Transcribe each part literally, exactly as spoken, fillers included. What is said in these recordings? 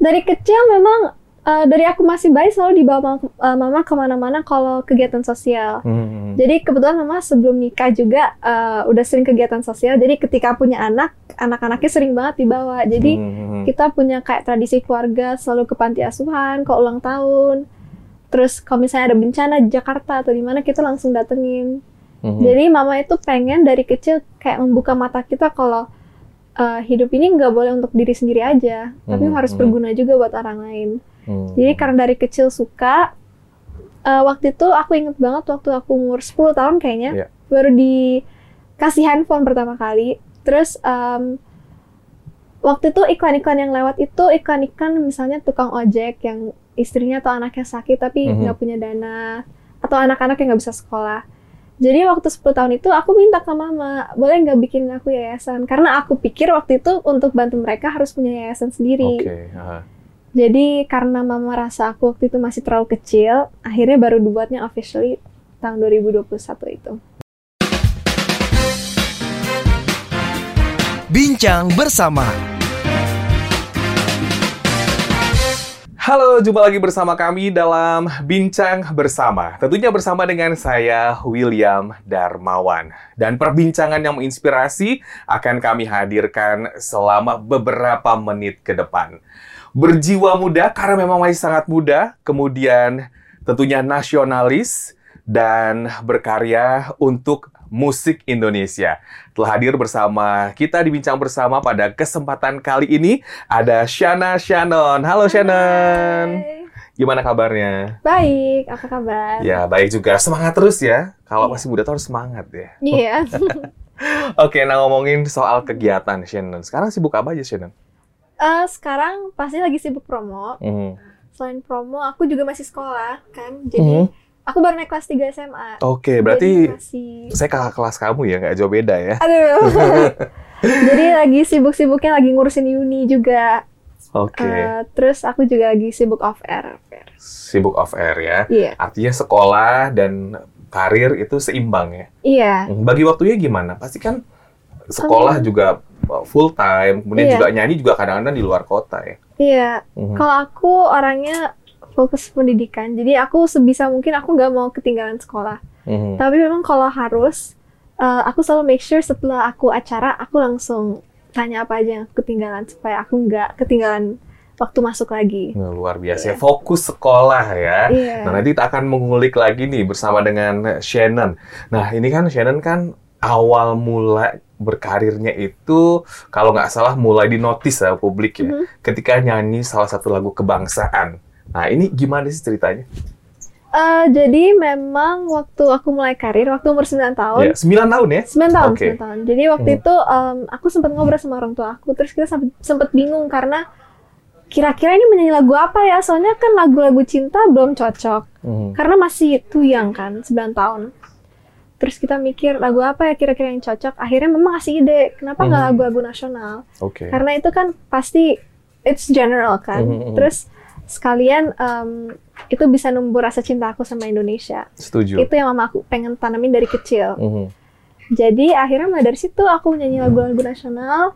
Dari kecil memang uh, dari aku masih bayi selalu dibawa mama, uh, mama kemana-mana kalau kegiatan sosial. Hmm. Jadi kebetulan mama sebelum nikah juga uh, udah sering kegiatan sosial. Jadi ketika punya anak, anak-anaknya sering banget dibawa. Jadi hmm. kita punya kayak tradisi keluarga selalu ke panti asuhan, kalau ulang tahun. Terus kalau misalnya ada bencana di Jakarta atau di mana kita langsung datengin. Hmm. Jadi mama itu pengen dari kecil kayak membuka mata kita kalau Uh, hidup ini nggak boleh untuk diri sendiri aja, hmm, tapi harus hmm. berguna juga buat orang lain. Hmm. Jadi karena dari kecil suka, uh, waktu itu aku inget banget waktu aku umur sepuluh tahun kayaknya, yeah. baru dikasih handphone pertama kali. Terus um, waktu itu iklan-iklan yang lewat itu iklan-iklan misalnya tukang ojek yang istrinya atau anaknya sakit tapi nggak hmm. punya dana, atau anak-anak yang nggak bisa sekolah. Jadi waktu sepuluh tahun itu aku minta ke mama, boleh nggak bikin aku yayasan? Karena aku pikir waktu itu untuk bantu mereka harus punya yayasan sendiri. Okay, uh. Jadi karena mama rasa aku waktu itu masih terlalu kecil, akhirnya baru dibuatnya officially tahun dua ribu dua puluh satu itu. Bincang bersama. Halo, jumpa lagi bersama kami dalam Bincang Bersama. Tentunya bersama dengan saya, William Darmawan. Dan perbincangan yang menginspirasi akan kami hadirkan selama beberapa menit ke depan. Berjiwa muda karena memang masih sangat muda, kemudian tentunya nasionalis, dan berkarya untuk musik Indonesia. Telah hadir bersama kita di Bincang Bersama pada kesempatan kali ini ada Shana Shannon. Halo Shannon. Hai. Gimana kabarnya? Baik, apa kabar? Ya, baik juga. Semangat terus ya. Kalau masih muda tuh harus semangat ya. Iya. Oke, nah ngomongin soal kegiatan Shannon. Sekarang sibuk apa aja Shannon? Uh, sekarang pasti lagi sibuk promo. Mm. Selain promo, aku juga masih sekolah kan. Jadi mm. aku baru naik kelas tiga S M A. Oke, berarti masih... saya kakak kelas kamu ya, nggak jauh beda ya. Aduh. Jadi lagi sibuk-sibuknya lagi ngurusin uni juga. Oke. Uh, terus aku juga lagi sibuk off air. Sibuk off air ya. Iya. Artinya sekolah dan karir itu seimbang ya. Iya. Bagi waktunya gimana? Pasti kan sekolah um, juga full time, kemudian iya. juga nyanyi juga kadang-kadang di luar kota ya. Iya. Mm-hmm. Kalau aku orangnya fokus pendidikan, jadi aku sebisa mungkin aku nggak mau ketinggalan sekolah. Mm-hmm. Tapi memang kalau harus, uh, aku selalu make sure setelah aku acara, aku langsung tanya apa aja yang ketinggalan supaya aku nggak ketinggalan waktu masuk lagi. Nah, luar biasa, yeah. Fokus sekolah ya. Yeah. Nah nanti kita akan mengulik lagi nih bersama dengan Shannon. Nah ini kan Shannon kan awal mula berkarirnya itu kalau nggak salah mulai dinotis ya publik ya, mm-hmm. ketika nyanyi salah satu lagu kebangsaan. Nah, ini gimana sih ceritanya? Uh, jadi memang waktu aku mulai karir, waktu umur sembilan tahun. Ya, sembilan tahun ya? sembilan tahun, okay. sembilan tahun. Jadi waktu hmm. itu um, aku sempat ngobrol sama orang tua aku, terus kita sempat bingung karena kira-kira ini menyanyi lagu apa ya? Soalnya kan lagu-lagu cinta belum cocok. Hmm. Karena masih tuyang kan, sembilan tahun. Terus kita mikir lagu apa ya kira-kira yang cocok. Akhirnya memang ngasih ide, kenapa nggak hmm. lagu-lagu nasional? Okay. Karena itu kan pasti, it's general kan. Hmm. Terus sekalian um, itu bisa numbuh rasa cinta aku sama Indonesia. Setuju. Itu yang mama aku pengen tanamin dari kecil. Mm-hmm. Jadi akhirnya mulai dari situ aku nyanyi lagu-lagu nasional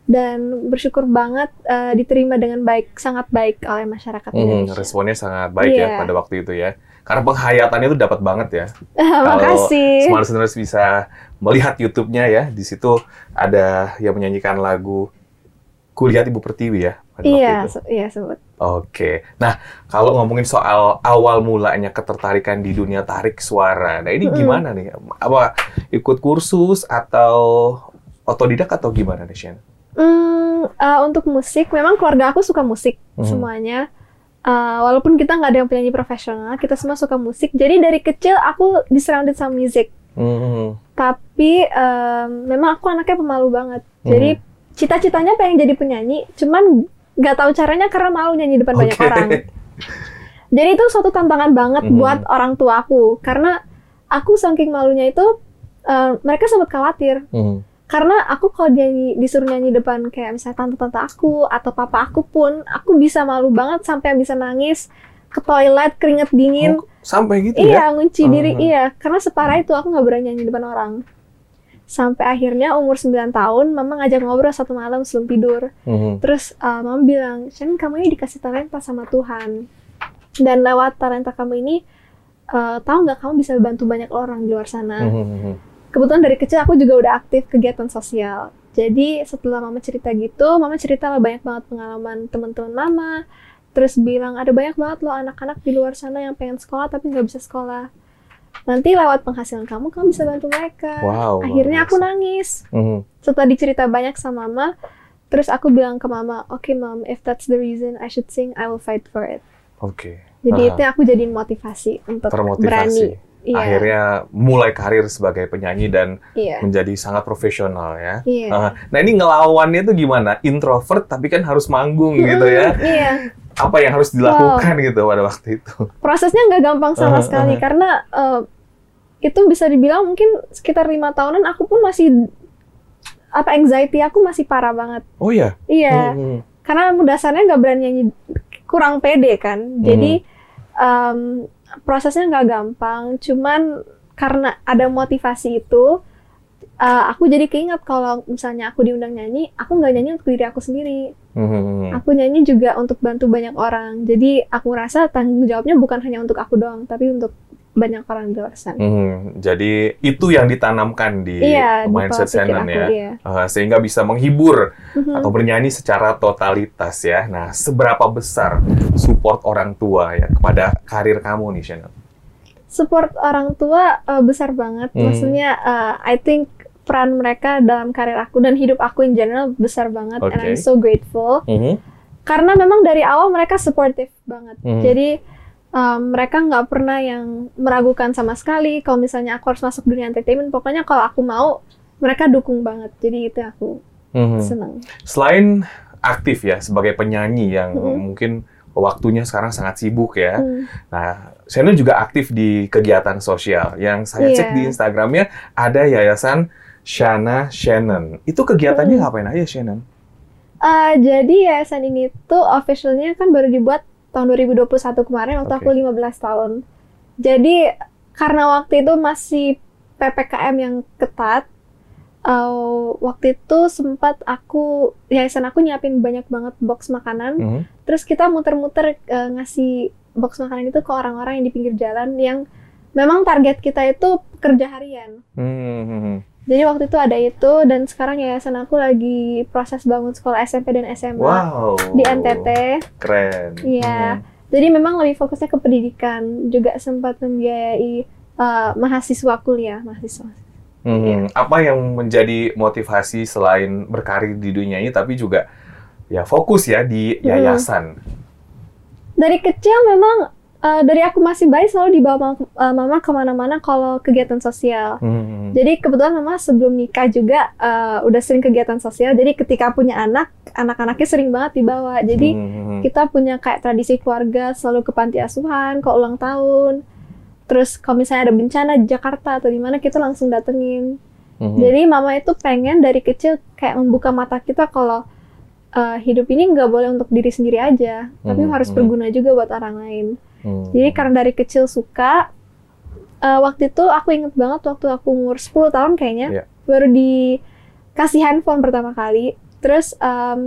dan bersyukur banget uh, diterima dengan baik, sangat baik oleh masyarakat mm-hmm. Indonesia. Responnya sangat baik yeah. ya pada waktu itu ya. Karena penghayatannya itu dapat banget ya. Makasih. Kalau semua listeners bisa melihat YouTube-nya ya, di situ ada yang menyanyikan lagu Kulihat Ibu Pertiwi ya. Pada iya, waktu itu. Se- iya sebut. Oke, nah kalau ngomongin soal awal mulanya ketertarikan di dunia tarik suara, nah ini gimana mm. nih? Apa ikut kursus atau otodidak atau gimana nih, Shen? Hmm, uh, untuk musik, memang keluarga aku suka musik mm. semuanya. Uh, walaupun kita nggak ada yang penyanyi profesional, kita semua suka musik. Jadi dari kecil aku disurrounded sama musik. Mm. Tapi um, memang aku anaknya pemalu banget. Mm. Jadi cita-citanya pengen jadi penyanyi, cuman nggak tahu caranya karena malu nyanyi depan okay. banyak orang. Jadi itu suatu tantangan banget mm-hmm. buat orang tua aku. Karena aku saking malunya itu, uh, mereka sempat khawatir. Mm. Karena aku kalau nyanyi, disuruh nyanyi depan kayak misalnya tante-tante aku atau papa aku pun, aku bisa malu banget sampai bisa nangis, ke toilet, keringet dingin. Oh, sampai gitu iya, ya? Iya, ngunci uh-huh. diri, iya. Karena separah itu aku nggak berani nyanyi depan orang. Sampai akhirnya umur sembilan tahun, mama ngajak ngobrol satu malam sebelum tidur. Mm-hmm. Terus uh, mama bilang, Shannon, kamu ini dikasih talenta sama Tuhan. Dan lewat talenta kamu ini, uh, tahu nggak kamu bisa bantu banyak orang di luar sana. Mm-hmm. Kebetulan dari kecil aku juga udah aktif kegiatan sosial. Jadi setelah mama cerita gitu, mama cerita lah banyak banget pengalaman teman-teman mama. Terus bilang, ada banyak banget loh anak-anak di luar sana yang pengen sekolah tapi nggak bisa sekolah. Nanti lewat penghasilan kamu, kamu bisa bantu mereka. Wow, akhirnya aku nangis. Mm-hmm. Setelah dicerita banyak sama mama, terus aku bilang ke mama, oke okay, mom, if that's the reason I should sing, I will fight for it. Oke. Okay. Jadi uh-huh. itu aku jadiin motivasi untuk Termotivasi. berani. Iya. Akhirnya mulai karir sebagai penyanyi dan iya. menjadi sangat profesional ya. Iya. Uh, nah ini ngelawannya tuh gimana? Introvert tapi kan harus manggung mm-hmm. gitu ya. Iya. Apa yang harus dilakukan wow. gitu pada waktu itu? Prosesnya nggak gampang sama uh-huh. sekali karena uh, itu bisa dibilang mungkin sekitar lima tahunan aku pun masih apa anxiety aku masih parah banget. Oh ya? Iya. Hmm. Karena dasarnya nggak berani nyanyi, kurang pede kan. Hmm. Jadi um, prosesnya nggak gampang. Cuman karena ada motivasi itu, uh, aku jadi keinget kalau misalnya aku diundang nyanyi, aku nggak nyanyi untuk diri aku sendiri. Hmm. Aku nyanyi juga untuk bantu banyak orang. Jadi aku rasa tanggung jawabnya bukan hanya untuk aku doang, tapi untuk banyak orang di luar sana. Hmm, jadi itu yang ditanamkan di iya, mindset Shannon ya, iya. uh, sehingga bisa menghibur mm-hmm. atau bernyanyi secara totalitas ya. Nah, seberapa besar support orang tua ya kepada karir kamu nih, Shannon? Support orang tua uh, besar banget. Hmm. Maksudnya, uh, I think peran mereka dalam karir aku dan hidup aku in general besar banget, okay. and I'm so grateful. Mm-hmm. Karena memang dari awal mereka supportive banget. Mm-hmm. Jadi Um, mereka nggak pernah yang meragukan sama sekali kalau misalnya aku harus masuk dunia entertainment. Pokoknya kalau aku mau, mereka dukung banget. Jadi itu aku mm-hmm. senang. Selain aktif ya sebagai penyanyi yang mm-hmm. mungkin waktunya sekarang sangat sibuk ya. Mm. Nah, Shannon juga aktif di kegiatan sosial. Yang saya yeah. cek di Instagramnya ada yayasan Shana Shannon. Itu kegiatannya mm. ngapain aja, Shannon? Uh, jadi yayasan ini tuh officialnya kan baru dibuat tahun dua ribu dua puluh satu kemarin waktu okay. aku lima belas tahun. Jadi karena waktu itu masih P P K M yang ketat, uh, waktu itu sempat aku, yayasan aku nyiapin banyak banget box makanan. Mm-hmm. Terus kita muter-muter uh, ngasih box makanan itu ke orang-orang yang di pinggir jalan yang memang target kita itu kerja harian. Mm-hmm. Jadi waktu itu ada itu, dan sekarang yayasan aku lagi proses bangun sekolah S M P dan S M A wow. di N T T. Keren. Iya. Hmm. Jadi memang lebih fokusnya ke pendidikan, juga sempat membiayai uh, mahasiswa kuliah, mahasiswa. Hmm. Ya. Apa yang menjadi motivasi selain berkarir di dunia ini, tapi juga ya fokus ya di yayasan? Hmm. Dari kecil memang Uh, dari aku masih bayi selalu dibawa mama, uh, mama kemana-mana kalau kegiatan sosial. Hmm. Jadi kebetulan mama sebelum nikah juga uh, udah sering kegiatan sosial. Jadi ketika punya anak, anak-anaknya sering banget dibawa. Jadi hmm. kita punya kayak tradisi keluarga selalu ke panti asuhan, ke ulang tahun. Terus kalau misalnya ada bencana di Jakarta atau di mana, kita langsung datengin. Hmm. Jadi mama itu pengen dari kecil kayak membuka mata kita kalau uh, hidup ini nggak boleh untuk diri sendiri aja, hmm. tapi harus berguna juga buat orang lain. Hmm. Jadi karena dari kecil suka, uh, waktu itu aku inget banget waktu aku umur sepuluh tahun kayaknya, yeah. baru dikasih handphone pertama kali. Terus um,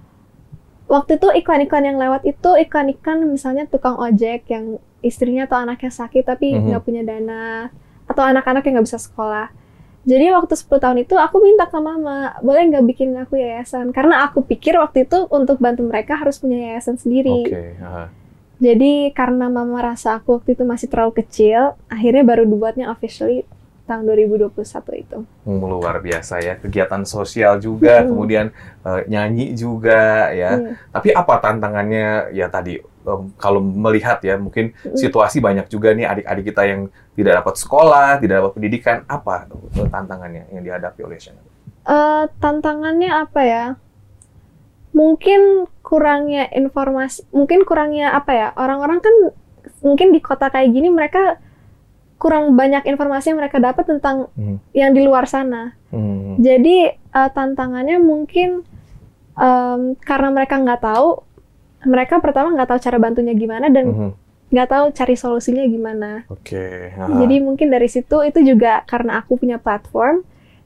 waktu itu iklan-iklan yang lewat itu iklan-iklan misalnya tukang ojek yang istrinya atau anaknya sakit tapi nggak mm-hmm. punya dana, atau anak-anak yang nggak bisa sekolah. Jadi waktu sepuluh tahun itu aku minta ke mama, boleh nggak bikin aku yayasan? Karena aku pikir waktu itu untuk bantu mereka harus punya yayasan sendiri. Okay. Uh-huh. Jadi karena mama rasa aku waktu itu masih terlalu kecil, akhirnya baru dibuatnya officially tahun dua ribu dua puluh satu itu. Hmm, luar biasa ya, kegiatan sosial juga, hmm. kemudian uh, nyanyi juga ya. Hmm. Tapi apa tantangannya ya tadi, um, kalau melihat ya mungkin hmm. situasi banyak juga nih adik-adik kita yang tidak dapat sekolah, tidak dapat pendidikan, apa uh, tantangannya yang dihadapi oleh Shannon? Uh, tantangannya apa ya? Mungkin kurangnya informasi, mungkin kurangnya apa ya, orang-orang kan mungkin di kota kayak gini mereka kurang banyak informasi yang mereka dapat tentang hmm. yang di luar sana. Hmm. Jadi uh, tantangannya mungkin um, karena mereka nggak tahu, mereka pertama nggak tahu cara bantunya gimana dan nggak hmm. tahu cari solusinya gimana. Oke. Okay. Jadi mungkin dari situ, itu juga karena aku punya platform,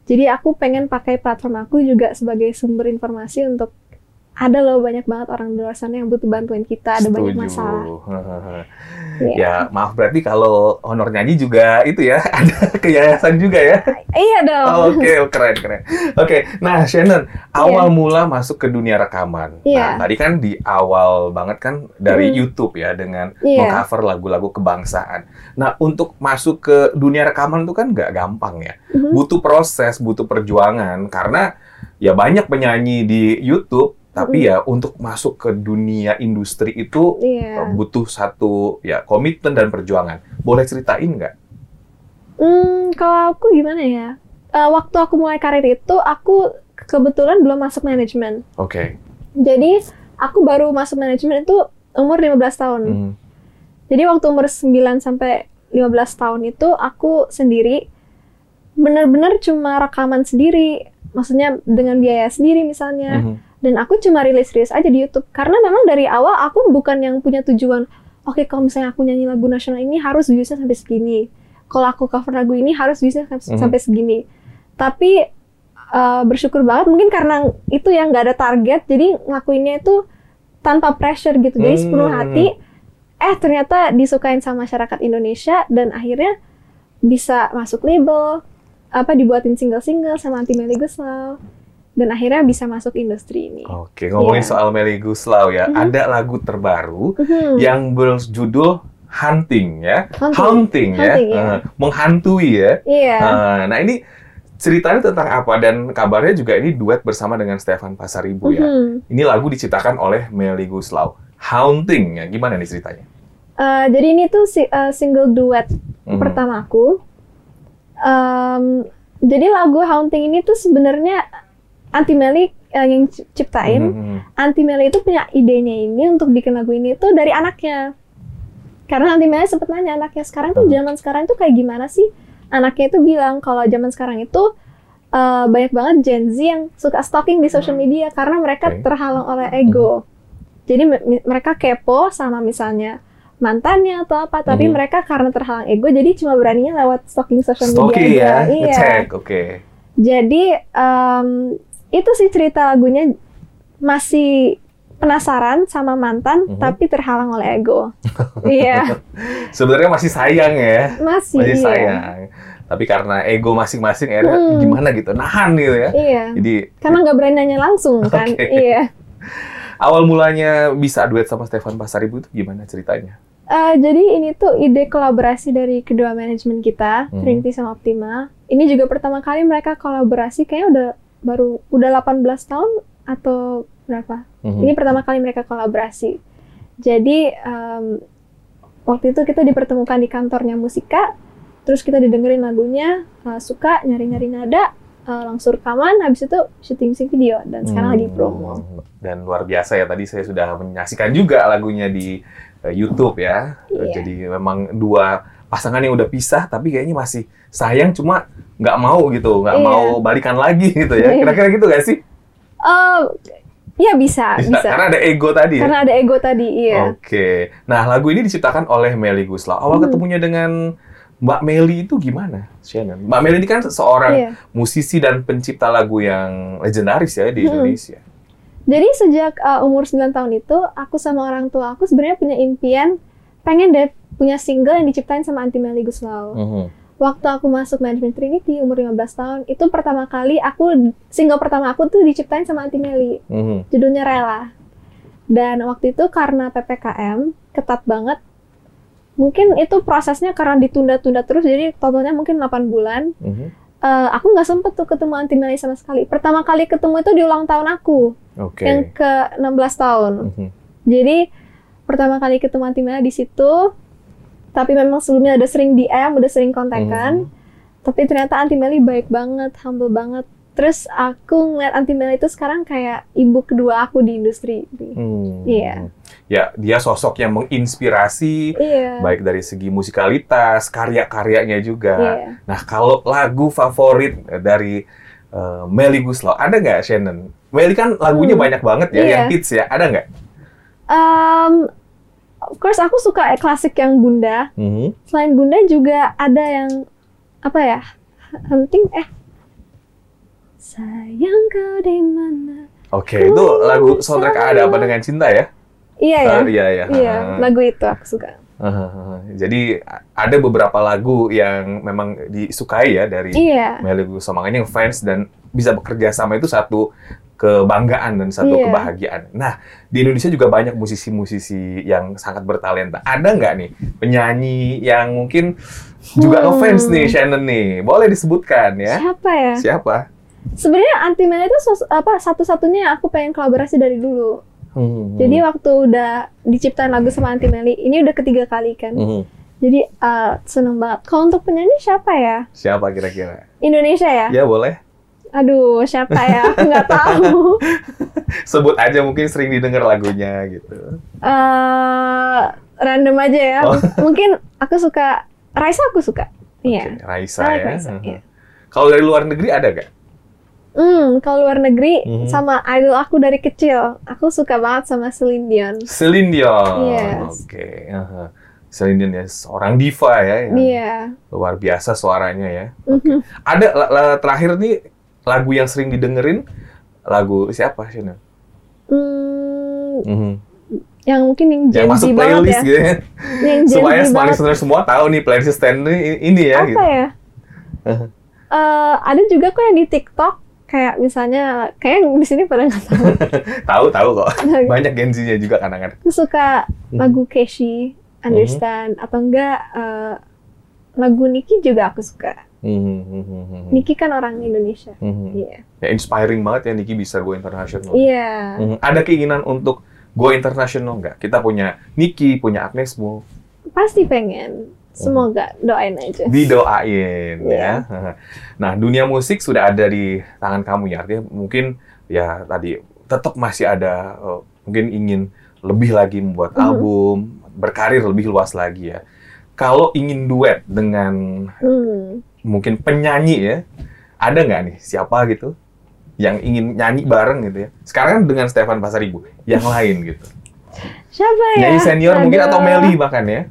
Jadi aku pengen pakai platform aku juga sebagai sumber informasi untuk ada loh banyak banget orang di luar sana yang butuh bantuan kita, ada Setuju. banyak masalah. Ya, ya, maaf berarti kalau honor nyanyi juga itu ya, ada ke yayasan juga ya? Iya dong. Oke, okay, keren, keren. Oke, okay. Nah Shannon, awal yeah. mula masuk ke dunia rekaman. Yeah. Nah, tadi kan di awal banget kan dari mm. YouTube ya, dengan yeah. meng-cover lagu-lagu kebangsaan. Nah, untuk masuk ke dunia rekaman itu kan nggak gampang ya. Mm-hmm. Butuh proses, butuh perjuangan, karena ya banyak penyanyi di YouTube, tapi ya untuk masuk ke dunia industri itu yeah. butuh satu ya komitmen dan perjuangan. Boleh ceritain nggak? Hmm, kalau aku gimana ya? Uh, waktu aku mulai karir itu, aku kebetulan belum masuk manajemen. Oke. Okay. Jadi aku baru masuk manajemen itu umur lima belas tahun. Mm. Jadi waktu umur sembilan sampai lima belas tahun itu aku sendiri, benar-benar cuma rekaman sendiri. Maksudnya dengan biaya sendiri misalnya. Mm-hmm. Dan aku cuma rilis-rilis aja di YouTube. Karena memang dari awal aku bukan yang punya tujuan, oke okay, kalau misalnya aku nyanyi lagu nasional ini harus viewsnya sampai segini. Kalau aku cover lagu ini harus viewsnya mm-hmm. sampai segini. Tapi uh, bersyukur banget mungkin karena itu yang nggak ada target, jadi ngelakuinnya itu tanpa pressure gitu. Jadi sepenuh hati, eh ternyata disukain sama masyarakat Indonesia dan akhirnya bisa masuk label, apa dibuatin single-single sama Aunty Melly Guslau. Dan akhirnya bisa masuk industri ini. Oke, ngomongin yeah. soal Melly Guslau ya, mm-hmm. ada lagu terbaru mm-hmm. yang berjudul Hunting ya, Hunting, Hunting ya, Hunting, ya. Uh, menghantui ya. Yeah. Uh, nah ini ceritanya tentang apa dan kabarnya juga ini duet bersama dengan Stefan Pasaribu ya. Mm-hmm. Ini lagu diciptakan oleh Melly Guslau. Hunting ya, gimana nih ceritanya? Uh, jadi ini tuh si, uh, single duet mm-hmm. pertama aku. Um, jadi lagu Hunting ini tuh sebenarnya Aunty Melly uh, yang ciptain. Mm-hmm. Aunty Melly itu punya idenya ini untuk bikin lagu ini tuh dari anaknya. Karena Aunty Melly sempat nanya anaknya, sekarang tuh zaman sekarang tuh kayak gimana sih? Anaknya itu bilang kalau zaman sekarang itu uh, banyak banget Gen Z yang suka stalking di social media karena mereka okay. terhalang oleh ego. Mm-hmm. Jadi m- mereka kepo sama misalnya mantannya atau apa, tapi mm-hmm. mereka karena terhalang ego jadi cuma beraninya lewat stalking social stalking media aja. Ya? Iya. Ngecek, oke. Okay. Jadi um, itu sih cerita lagunya, masih penasaran sama mantan, mm-hmm. tapi terhalang oleh ego. Iya. Sebenarnya masih sayang ya. Masih, masih iya. sayang. Tapi karena ego masing-masing akhirnya hmm. gimana gitu, nahan gitu ya. Iya. Jadi karena nggak berani nanya langsung kan. Okay. Iya. Awal mulanya bisa duet sama Stefan Pasaribu itu gimana ceritanya? Uh, jadi ini tuh ide kolaborasi dari kedua manajemen kita, hmm. Trinity sama Optima. Ini juga pertama kali mereka kolaborasi, kayaknya udah baru udah delapan belas tahun atau berapa? Mm-hmm. Ini pertama kali mereka kolaborasi. Jadi um, waktu itu kita dipertemukan di kantornya Musika, terus kita didengerin lagunya, uh, suka nyari-nyari nada, uh, langsung rekaman, habis itu syuting musik video dan sekarang hmm. lagi promo. Dan luar biasa ya, tadi saya sudah menyaksikan juga lagunya di uh, YouTube ya. Yeah. Jadi memang dua pasangan yang udah pisah tapi kayaknya masih sayang, cuma nggak mau gitu, nggak yeah. mau balikan lagi gitu ya. Kira-kira gitu nggak sih? Uh, Iya bisa, bisa, bisa. Karena ada ego tadi. Karena ya? ada ego tadi, iya. Oke. Nah, lagu ini diciptakan oleh Melly Guslau. Awal hmm. ketemunya dengan Mbak Melly itu gimana, Shannon? Mbak Melly ini kan seorang iya. musisi dan pencipta lagu yang legendaris ya di hmm. Indonesia. Jadi sejak uh, umur sembilan tahun itu, aku sama orang tua aku sebenarnya punya impian pengen deh punya single yang diciptain sama Aunty Melly Guslau. Hmm. Waktu aku masuk manajemen Trinity umur lima belas tahun, itu pertama kali aku, single pertama aku tuh diciptain sama Aunty Melly. Mm-hmm. Judulnya Rela. Dan waktu itu karena P P K M, ketat banget. Mungkin itu prosesnya karena ditunda-tunda terus, jadi totalnya mungkin delapan bulan. Mm-hmm. Uh, aku nggak sempet tuh ketemu Aunty Melly sama sekali. Pertama kali ketemu itu di ulang tahun aku, okay. yang ke enam belas tahun. Mm-hmm. Jadi pertama kali ketemu Aunty Melly di situ. Tapi memang sebelumnya udah sering D M, udah sering kontekan. Hmm. Tapi ternyata Aunty Melly baik banget, humble banget. Terus aku ngeliat Aunty Melly itu sekarang kayak ibu kedua aku di industri. Hmm. Iya. Ya, dia sosok yang menginspirasi, iya. baik dari segi musikalitas, karya-karyanya juga. Iya. Nah, kalau lagu favorit dari uh, Melly Guslau, ada nggak, Shannon? Melly kan lagunya hmm. banyak banget ya, iya. yang hits ya. Ada nggak? Um, Of course, aku suka klasik yang Bunda. Mm-hmm. Selain Bunda juga ada yang apa ya? Hunting eh Sayang kau di mana. Oke, okay, itu lagu soundtrack Ada Apa Dengan Cinta ya? Iya ya. Uh, iya iya. Iya, lagu itu aku suka. Uh, jadi ada beberapa lagu yang memang disukai ya dari iya. Melly Guslo, makanya fans dan bisa bekerja sama itu satu kebanggaan dan satu iya. kebahagiaan. Nah, di Indonesia juga banyak musisi-musisi yang sangat bertalenta. Ada nggak nih penyanyi yang mungkin juga hmm. ngefans nih Shannon nih? Boleh disebutkan ya? Siapa ya? Siapa? Sebenarnya Anti Melly itu apa satu-satunya aku pengen kolaborasi dari dulu. Hmm. Jadi waktu udah diciptain lagu sama Anti Melly, ini udah ketiga kali kan. Hmm. Jadi uh, seneng banget. Kalau untuk penyanyi siapa ya? Siapa kira-kira? Indonesia ya? Ya boleh. Aduh, siapa ya? Aku nggak tahu. Sebut aja, mungkin sering didengar lagunya gitu. Uh, random aja ya. Oh. Mungkin aku suka Raisa, aku suka. Iya. Okay, Raisa ya. Raisa, uh-huh. iya. Kalau dari luar negeri ada gak? Hmm, kalau luar negeri mm-hmm. sama idol aku dari kecil, aku suka banget sama Celine Dion. Celine Dion, yes. oke. Okay. Uh-huh. Celine Dion ya, seorang diva ya, yang yeah. luar biasa suaranya ya. Mm-hmm. Okay. Ada la- la- terakhir nih lagu yang sering didengerin, lagu siapa sih? Hmm, mm-hmm. Yang mungkin yang yang masuk playlist ya. gitu ya. Supaya semua semua tahu nih playlist stand ini, ini ya. Apa gitu. ya? Uh-huh. Uh, ada juga kok yang di TikTok. Kayak misalnya, kayak di sini pada nggak tahu. tahu tahu kok. Banyak Gen Z-nya juga kadang-kadang. Aku suka lagu Keshi, Understand, mm-hmm. atau enggak uh, lagu Nicki juga aku suka. Mm-hmm. Nicki kan orang Indonesia. Mm-hmm. Yeah. Ya inspiring banget ya Nicki bisa go international. Iya. Yeah. Mm-hmm. Ada keinginan untuk go international nggak? Kita punya Nicki, punya Agnes Mo. Pasti pengen. Semoga doain aja. Didoain yeah. ya. Nah, dunia musik sudah ada di tangan kamu ya. Artinya mungkin ya tadi tetap masih ada uh, mungkin ingin lebih lagi membuat mm-hmm. album, berkarir lebih luas lagi ya. Kalau ingin duet dengan mm. mungkin penyanyi ya, ada nggak nih siapa gitu yang ingin nyanyi bareng gitu ya? Sekarang dengan Stefan Pasaribu, yang lain gitu. Siapa ya? Nyanyi senior Aduh. Mungkin atau Melly bahkan ya?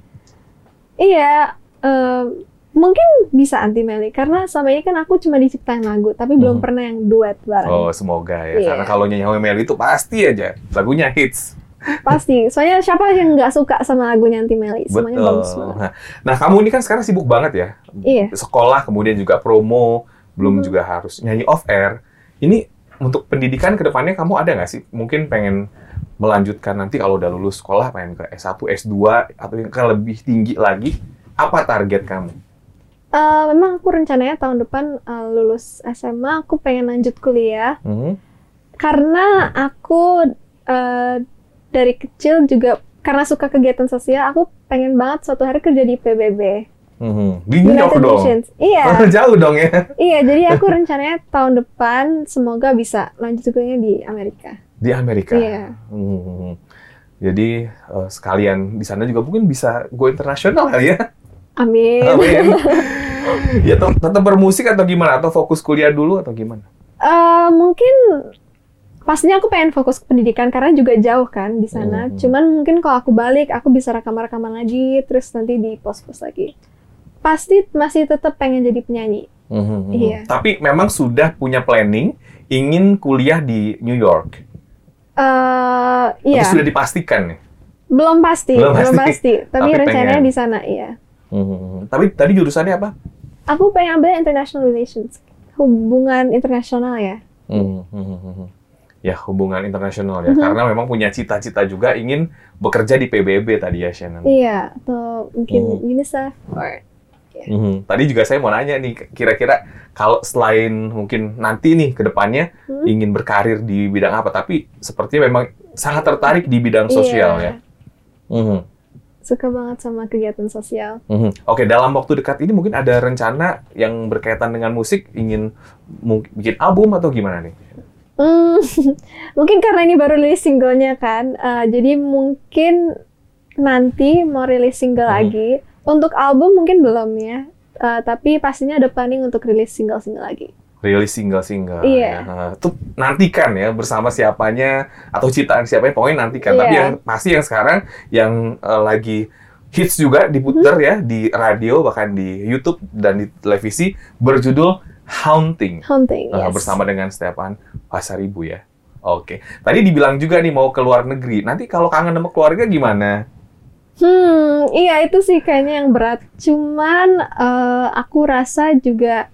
Iya, uh, mungkin bisa Anti Melly karena selama ini kan aku cuma diciptain lagu, tapi hmm. belum pernah yang duet bareng. Oh, semoga ya. Yeah. Karena kalau nyanyi sama Melly itu pasti aja lagunya hits. Pasti. Soalnya siapa yang nggak suka sama lagunya Anti Melly? Semuanya Betul. bagus banget. Nah, nah, kamu ini kan sekarang sibuk banget ya. Iya. Sekolah, kemudian juga promo, belum hmm. juga harus nyanyi off air. Ini untuk pendidikan ke depannya kamu ada nggak sih? Mungkin pengen melanjutkan nanti kalau udah lulus sekolah, pengen ke S satu, S dua, atau yang ke lebih tinggi lagi, apa target kamu? Uh, memang aku rencananya tahun depan uh, lulus S M A, aku pengen lanjut kuliah. Mm-hmm. Karena aku uh, dari kecil juga, karena suka kegiatan sosial, aku pengen banget suatu hari kerja di P B B. Mm-hmm. Di New York dong? Iya. Jauh dong ya? Iya, jadi aku rencananya tahun depan semoga bisa lanjut kuliahnya di Amerika. Di Amerika. Iya. Hmm. Jadi uh, sekalian di sana juga mungkin bisa go internasional kali ya. Amin. Amin. Ya tetap bermusik atau gimana? Atau fokus kuliah dulu atau gimana? Uh, mungkin pastinya aku pengen fokus ke pendidikan karena juga jauh kan di sana. Hmm. Cuman mungkin kalau aku balik aku bisa rekam-rekaman lagi terus nanti di post-post lagi. Pasti masih tetap pengen jadi penyanyi. Hmm. Iya. Tapi memang sudah punya planning ingin kuliah di New York. Uh, iya. Tapi sudah dipastikan nih? Belum pasti, belum, belum pasti. pasti. Tapi, Tapi rencananya di sana, iya. Hmm. Tapi tadi jurusannya apa? Aku pengen ambil International Relations, hubungan internasional ya. Hmm. Hmm. Ya, hubungan internasional ya. Mm-hmm. Karena memang punya cita-cita juga ingin bekerja di P B B tadi ya, Shannon. Iya, atau mungkin hmm. UNICEF. Or, yeah. hmm. Tadi juga saya mau nanya nih, kira-kira kalau selain mungkin nanti nih ke depannya hmm. ingin berkarir di bidang apa, tapi sepertinya memang sangat tertarik di bidang sosial yeah. ya. Hmm. Suka banget sama kegiatan sosial. Hmm. Oke, dalam waktu dekat ini mungkin ada rencana yang berkaitan dengan musik, ingin mungkin bikin album atau gimana nih? Hmm, mungkin karena ini baru rilis singlenya kan, uh, jadi mungkin nanti mau rilis single hmm. lagi. Untuk album mungkin belum ya. Uh, tapi pastinya ada planning untuk rilis single-single lagi. Rilis single-single. Iya. Ya. Itu nantikan ya bersama siapanya atau ciptaan siapanya, pokoknya nantikan. Iya. Tapi yang pasti yang sekarang yang uh, lagi hits juga diputer hmm. ya di radio bahkan di YouTube dan di televisi berjudul Haunting. Haunting, Uh, yes. Bersama dengan Stefan Pasaribu ya. Oke. Tadi dibilang juga nih mau ke luar negeri. Nanti kalau kangen sama keluarga gimana? Hmm, iya itu sih kayaknya yang berat. Cuman uh, aku rasa juga,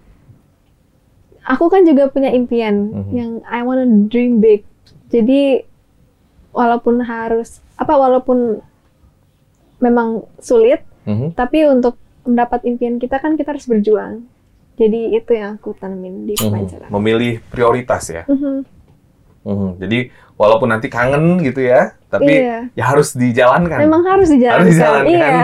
aku kan juga punya impian mm-hmm. yang I wanna dream big. Jadi walaupun harus apa, walaupun memang sulit, mm-hmm. tapi untuk mendapat impian kita kan kita harus berjuang. Jadi itu yang aku tanemin di pemasaran. Mm-hmm. Memilih prioritas ya. Mm-hmm. Mm-hmm. Jadi walaupun nanti kangen gitu ya, tapi iya. ya harus dijalankan. Memang harus dijalankan. Harus dijalankan. Iya.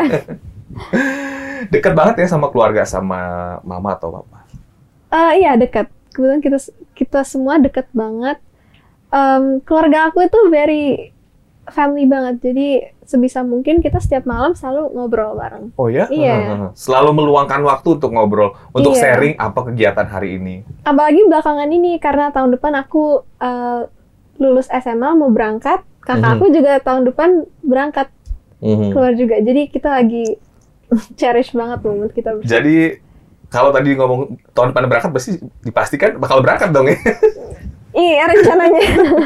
Dekat banget ya sama keluarga, sama mama atau papa? Uh, iya dekat. Kebetulan kita kita semua dekat banget. Um, keluarga aku itu very family banget. Jadi sebisa mungkin kita setiap malam selalu ngobrol bareng. Oh ya? Iya. Selalu meluangkan waktu untuk ngobrol, untuk iya. sharing apa kegiatan hari ini. Apalagi belakangan ini karena tahun depan aku uh, lulus S M A mau berangkat, kakak mm-hmm. aku juga tahun depan berangkat mm-hmm. keluar juga. Jadi kita lagi cherish banget momen kita bersama. Jadi kalau tadi ngomong tahun depan berangkat, pasti dipastikan bakal berangkat dong ya? Iya rencananya.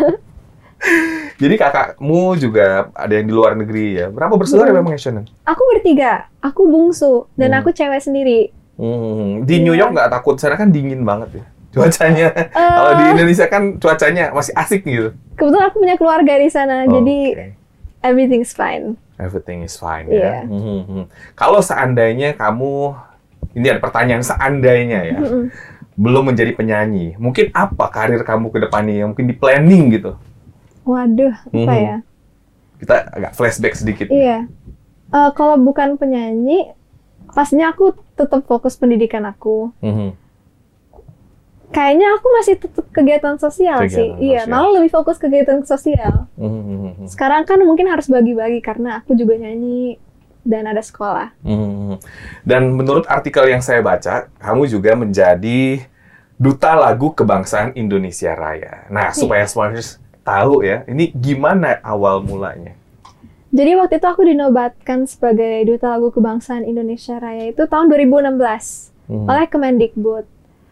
Jadi kakakmu juga ada yang di luar negeri ya? Berapa bersaudara hmm. memang Shannon? Aku bertiga, aku bungsu dan hmm. aku cewek sendiri. Hmm. Di New York nggak yeah. takut? Sana kan dingin banget ya cuacanya. Uh, Kalau di Indonesia kan cuacanya masih asik gitu. Kebetulan aku punya keluarga di sana, oh, jadi okay. everything's fine. Everything is fine yeah. ya. Hmm. Kalau seandainya kamu, ini ada pertanyaan seandainya ya, hmm. belum menjadi penyanyi, mungkin apa karir kamu ke depannya yang mungkin di planning gitu? Waduh, apa mm-hmm. ya? Kita agak flashback sedikit. Iya. Uh, kalau bukan penyanyi, pastinya aku tetap fokus pendidikan aku. Mm-hmm. Kayaknya aku masih tetap kegiatan sosial kegiatan sih. Sosial. Iya, malah lebih fokus kegiatan sosial. Mm-hmm. Sekarang kan mungkin harus bagi-bagi karena aku juga nyanyi dan ada sekolah. Mm-hmm. Dan menurut artikel yang saya baca, kamu juga menjadi duta lagu kebangsaan Indonesia Raya. Nah, supaya semuanya tahu ya, ini gimana awal mulanya? Jadi waktu itu aku dinobatkan sebagai Duta Lagu Kebangsaan Indonesia Raya itu tahun dua ribu enam belas hmm. oleh Kemendikbud.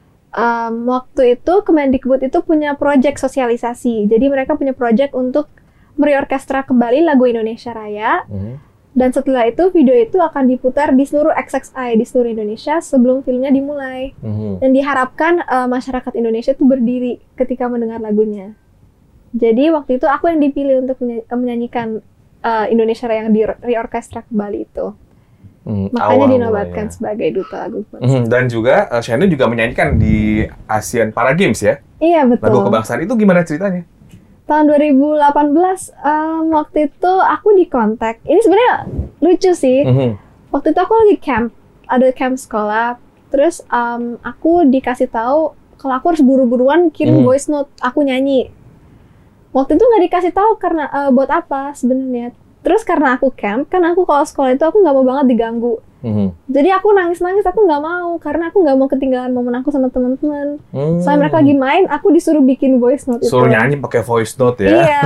Um, waktu itu Kemendikbud itu punya proyek sosialisasi, jadi mereka punya proyek untuk mereorkestra kembali lagu Indonesia Raya. Hmm. Dan setelah itu video itu akan diputar di seluruh X X I di seluruh Indonesia sebelum filmnya dimulai. Hmm. Dan diharapkan uh, masyarakat Indonesia itu berdiri ketika mendengar lagunya. Jadi waktu itu aku yang dipilih untuk menyanyikan uh, Indonesia Raya yang di reorkestra kembali itu. Hmm, Makanya dinobatkan mulanya. sebagai duta lagu kebangsaan. Hmm, dan juga uh, Shannon juga menyanyikan di Asian Para Games ya? Iya betul. Lagu kebangsaan itu gimana ceritanya? Tahun dua ribu delapan belas um, waktu itu aku dikontak. Ini sebenarnya lucu sih. Mm-hmm. Waktu itu aku lagi camp, ada camp sekolah. Terus um, aku dikasih tahu kalau aku harus buru-buruan kirim mm. voice note aku nyanyi. Waktu itu nggak dikasih tahu karena uh, buat apa sebenarnya. Terus karena aku camp, kan aku kalau sekolah itu aku nggak mau banget diganggu. Mm-hmm. Jadi aku nangis-nangis, aku nggak mau karena aku nggak mau ketinggalan momen aku sama teman-teman. Mm. Soalnya mereka lagi main, aku disuruh bikin voice note. Suruh itu. nyanyi pakai voice note ya? Iya.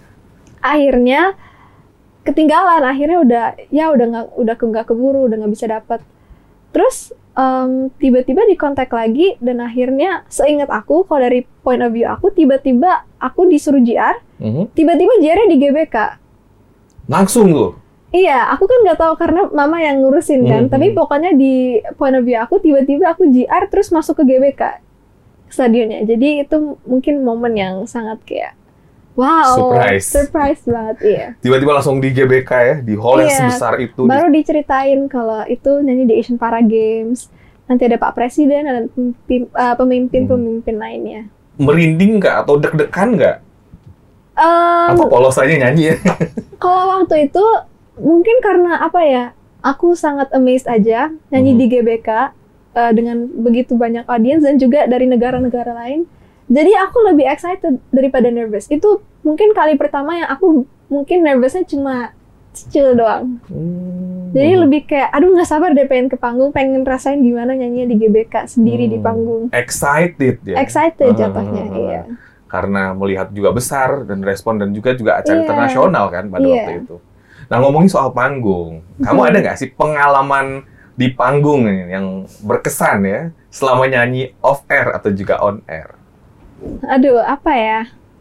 Akhirnya ketinggalan. Akhirnya udah, ya udah nggak, udah nggak keburu, udah nggak bisa dapat. Terus Um, tiba-tiba dikontak lagi dan akhirnya seingat aku kalau dari point of view aku tiba-tiba aku disuruh J R, mm-hmm. tiba-tiba J R-nya di G B K. Langsung loh? Iya, aku kan nggak tahu karena mama yang ngurusin kan, mm-hmm. tapi pokoknya di point of view aku tiba-tiba aku J R terus masuk ke G B K stadionnya. Jadi itu mungkin momen yang sangat kayak wow, surprise, surprise banget, iya. Tiba-tiba langsung di G B K ya, di hall iya, yang sebesar itu. Baru di... diceritain kalau itu nyanyi di Asian Para Games. Nanti ada Pak Presiden dan pemimpin-pemimpin hmm. lainnya. Merinding nggak atau deg-degan nggak? Um, Apa polos aja nyanyi ya? Kalau waktu itu mungkin karena apa ya? Aku sangat amazed aja nyanyi hmm. di G B K uh, dengan begitu banyak audiens dan juga dari negara-negara lain. Jadi aku lebih excited daripada nervous. Itu mungkin kali pertama yang aku mungkin nervousnya cuma chill doang. Hmm. Jadi lebih kayak, aduh nggak sabar deh pengen ke panggung, pengen rasain gimana nyanyinya di G B K sendiri hmm. di panggung. Excited ya? Excited jatuhnya, uh, iya. Karena melihat juga besar dan respon dan juga juga acara yeah. internasional kan pada yeah. waktu itu. Nah ngomongin soal panggung, kamu ada nggak sih pengalaman di panggung nih, yang berkesan ya selama nyanyi off air atau juga on air? Aduh, apa ya?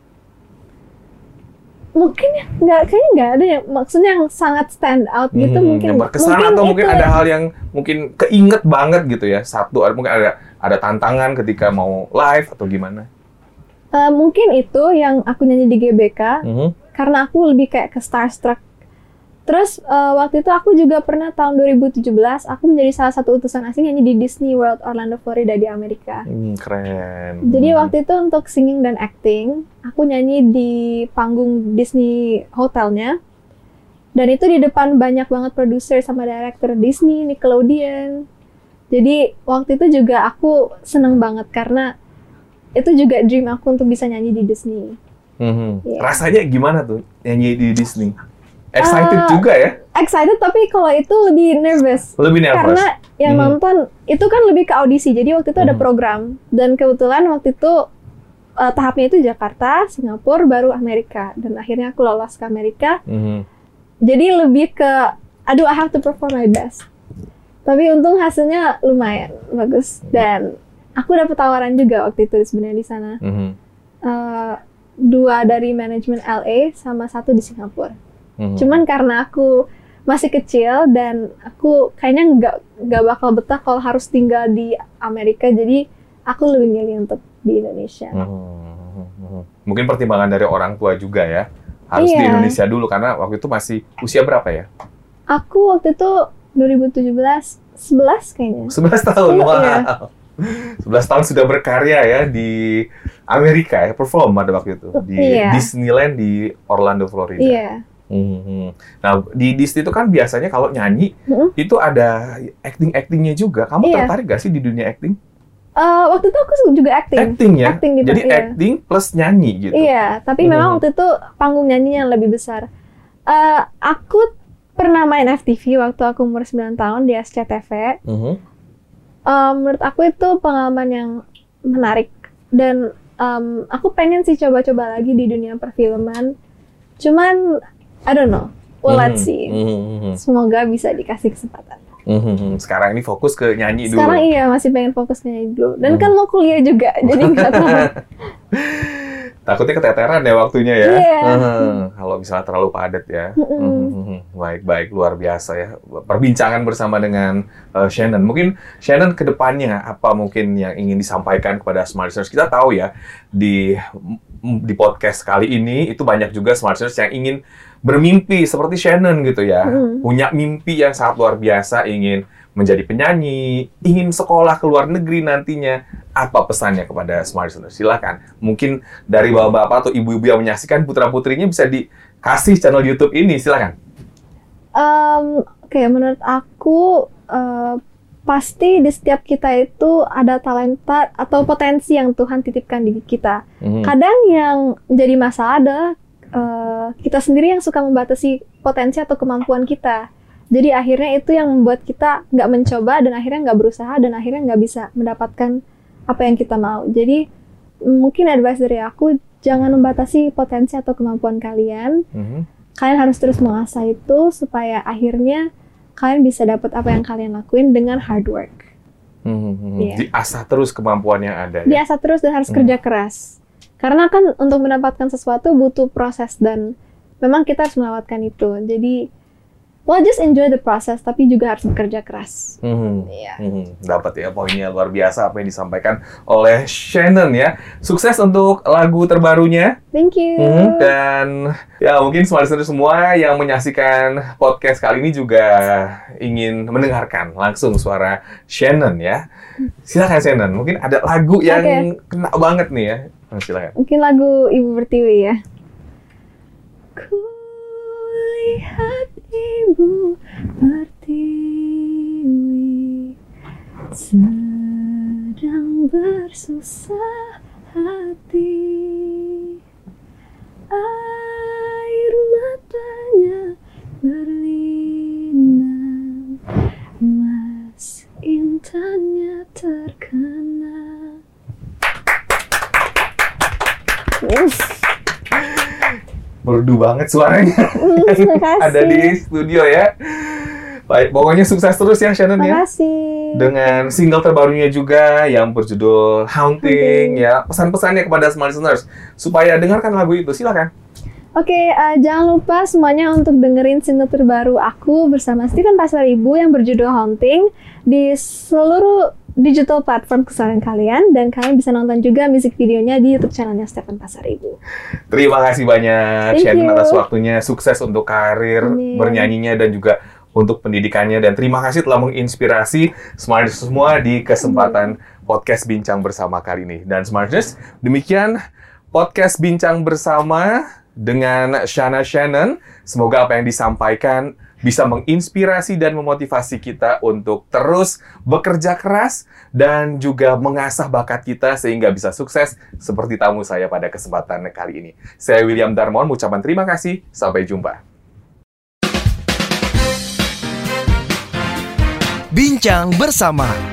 Mungkin ya nggak, kayaknya nggak ada yang maksudnya yang sangat stand out gitu. Hmm, mungkin yang berkesan mungkin atau mungkin itu ada yang- hal yang mungkin keinget banget gitu ya, satu ada mungkin ada ada tantangan ketika mau live atau gimana? Eh, mungkin itu yang aku nyanyi di G B K Mhm. karena aku lebih kayak ke starstruck. Terus eh, waktu itu aku juga pernah tahun dua ribu tujuh belas aku menjadi salah satu utusan asing nyanyi di Disney World Orlando Florida di Amerika. Hmm, keren. Jadi Hmm. waktu itu untuk singing dan acting, aku nyanyi di panggung Disney hotelnya. Dan itu di depan banyak banget produser sama director Disney, Nickelodeon. Jadi waktu itu juga aku seneng banget karena itu juga dream aku untuk bisa nyanyi di Disney. Mhm. Iya. Rasanya gimana tuh nyanyi di Disney? Excited Uh, juga ya? Excited tapi kalau itu lebih nervous. Lebih nervous? Karena yang Mhm. nonton itu kan lebih ke audisi. Jadi waktu itu ada Mhm. program. Dan kebetulan waktu itu uh, tahapnya itu Jakarta, Singapura, baru Amerika. Dan akhirnya aku lolos ke Amerika. Mhm. Jadi lebih ke, aduh I have to perform my best. Tapi untung hasilnya lumayan bagus. Dan aku dapat tawaran juga waktu itu sebenarnya di sana. Mhm. Uh, dua dari manajemen L A sama satu di Singapura. Mhm. Cuman karena aku masih kecil dan aku kayaknya nggak nggak bakal betah kalau harus tinggal di Amerika, jadi aku lebih milih untuk di Indonesia. Mhm. Mungkin pertimbangan dari orang tua juga ya, harus di Iya. Indonesia dulu karena waktu itu masih usia berapa ya? Aku waktu itu dua ribu tujuh belas, sebelas kayaknya. sebelas tahun, Sepuluh, wow. iya. sebelas tahun sudah berkarya ya di Amerika ya, perform pada waktu itu di Iya. Disneyland di Orlando, Florida. Iya. Mhm. Nah, di Disney itu kan biasanya kalau nyanyi Mhm. itu ada acting-actingnya juga. Kamu Iya. tertarik gak sih di dunia acting? Eh, waktu itu aku juga acting. Acting ya? Acting di Jadi iya. acting plus nyanyi gitu. Iya, tapi Mhm. memang waktu itu panggung nyanyi yang lebih besar. Eh, aku pernah main F T V waktu aku umur sembilan tahun di S C T V. Mhm. Eh, menurut aku itu pengalaman yang menarik dan em, aku pengen sih coba-coba lagi di dunia perfilman. Cuman I don't know, well let's Mhm. see. Mhm. Semoga bisa dikasih kesempatan. Mhm. Sekarang ini fokus ke nyanyi dulu. Sekarang iya masih pengen fokus nyanyi dulu dan Mhm. kan mau kuliah juga jadi nggak tahu. Takutnya keteteran ya waktunya ya. Iya. Mhm. Kalau misalnya terlalu padat ya. Mhm. Mhm. Baik-baik, luar biasa ya. Perbincangan bersama dengan uh, Shannon. Mungkin Shannon ke depannya apa mungkin yang ingin disampaikan kepada Smart Listeners? Kita tahu ya di di podcast kali ini itu banyak juga Smart Listeners yang ingin bermimpi seperti Shannon gitu ya. Mhm. Punya mimpi yang sangat luar biasa, ingin menjadi penyanyi, ingin sekolah ke luar negeri nantinya. Apa pesannya kepada Smart Listeners? Silakan. Mungkin dari bapak-bapak atau ibu-ibu yang menyaksikan putra-putrinya bisa dikasih channel YouTube ini. Silakan. Em, Oke, menurut aku eh, pasti di setiap kita itu ada talenta atau potensi yang Tuhan titipkan di kita. Mhm. Kadang yang menjadi masalah adalah eh, kita sendiri yang suka membatasi potensi atau kemampuan kita. Jadi akhirnya itu yang membuat kita nggak mencoba dan akhirnya nggak berusaha dan akhirnya nggak bisa mendapatkan apa yang kita mau. Jadi mungkin advice dari aku, jangan membatasi potensi atau kemampuan kalian. Mhm. Kalian harus terus mengasah itu supaya akhirnya kalian bisa dapat apa yang kalian lakuin dengan hard work. Mhm. Iya. Diasah terus kemampuan yang ada. Ya? Biasa terus dan harus Hmm. kerja keras. Karena kan untuk mendapatkan sesuatu butuh proses dan memang kita harus melewatkan itu. Jadi, well just enjoy the process, tapi juga harus bekerja keras. Mhm. Iya. Mhm. Dapat ya poinnya, luar biasa apa yang disampaikan oleh Shannon ya. Sukses untuk lagu terbarunya. Thank you. Mhm. Dan ya mungkin Smart Listeners semua yang menyaksikan podcast kali ini juga ingin mendengarkan langsung suara Shannon ya. Silakan Shannon, mungkin ada lagu yang kena banget nih ya. Oh, silakan. Mungkin lagu Ibu Pertiwi ya. Ku lihat Ibu Pertiwi sedang bersusah hati, air matanya berlinang, emas intannya terkena. Uff. Merdu banget suaranya. Mm, terima kasih. Ada di studio ya. Baik, pokoknya sukses terus ya Shannon ya. Makasih. Dengan single terbarunya juga yang berjudul Haunting, okay. ya. Pesan-pesannya kepada smart listeners supaya dengarkan lagu itu, silakan. Oke, okay, uh, jangan lupa semuanya untuk dengerin single terbaru aku bersama Steven Pasaribu yang berjudul Haunting di seluruh digital platform kesayangan kalian, dan kalian bisa nonton juga musik videonya di YouTube channelnya Steven Pasaribu. Terima kasih banyak Shannon atas waktunya, sukses untuk karir Amin. bernyanyinya dan juga untuk pendidikannya, dan terima kasih telah menginspirasi Smartness semua di kesempatan Amin. podcast Bincang Bersama kali ini. Dan Smartness, demikian podcast Bincang Bersama dengan Shana Shannon. Semoga apa yang disampaikan bisa menginspirasi dan memotivasi kita untuk terus bekerja keras dan juga mengasah bakat kita sehingga bisa sukses seperti tamu saya pada kesempatan kali ini. Saya William Darmawan mengucapkan terima kasih. Sampai jumpa. Bincang Bersama.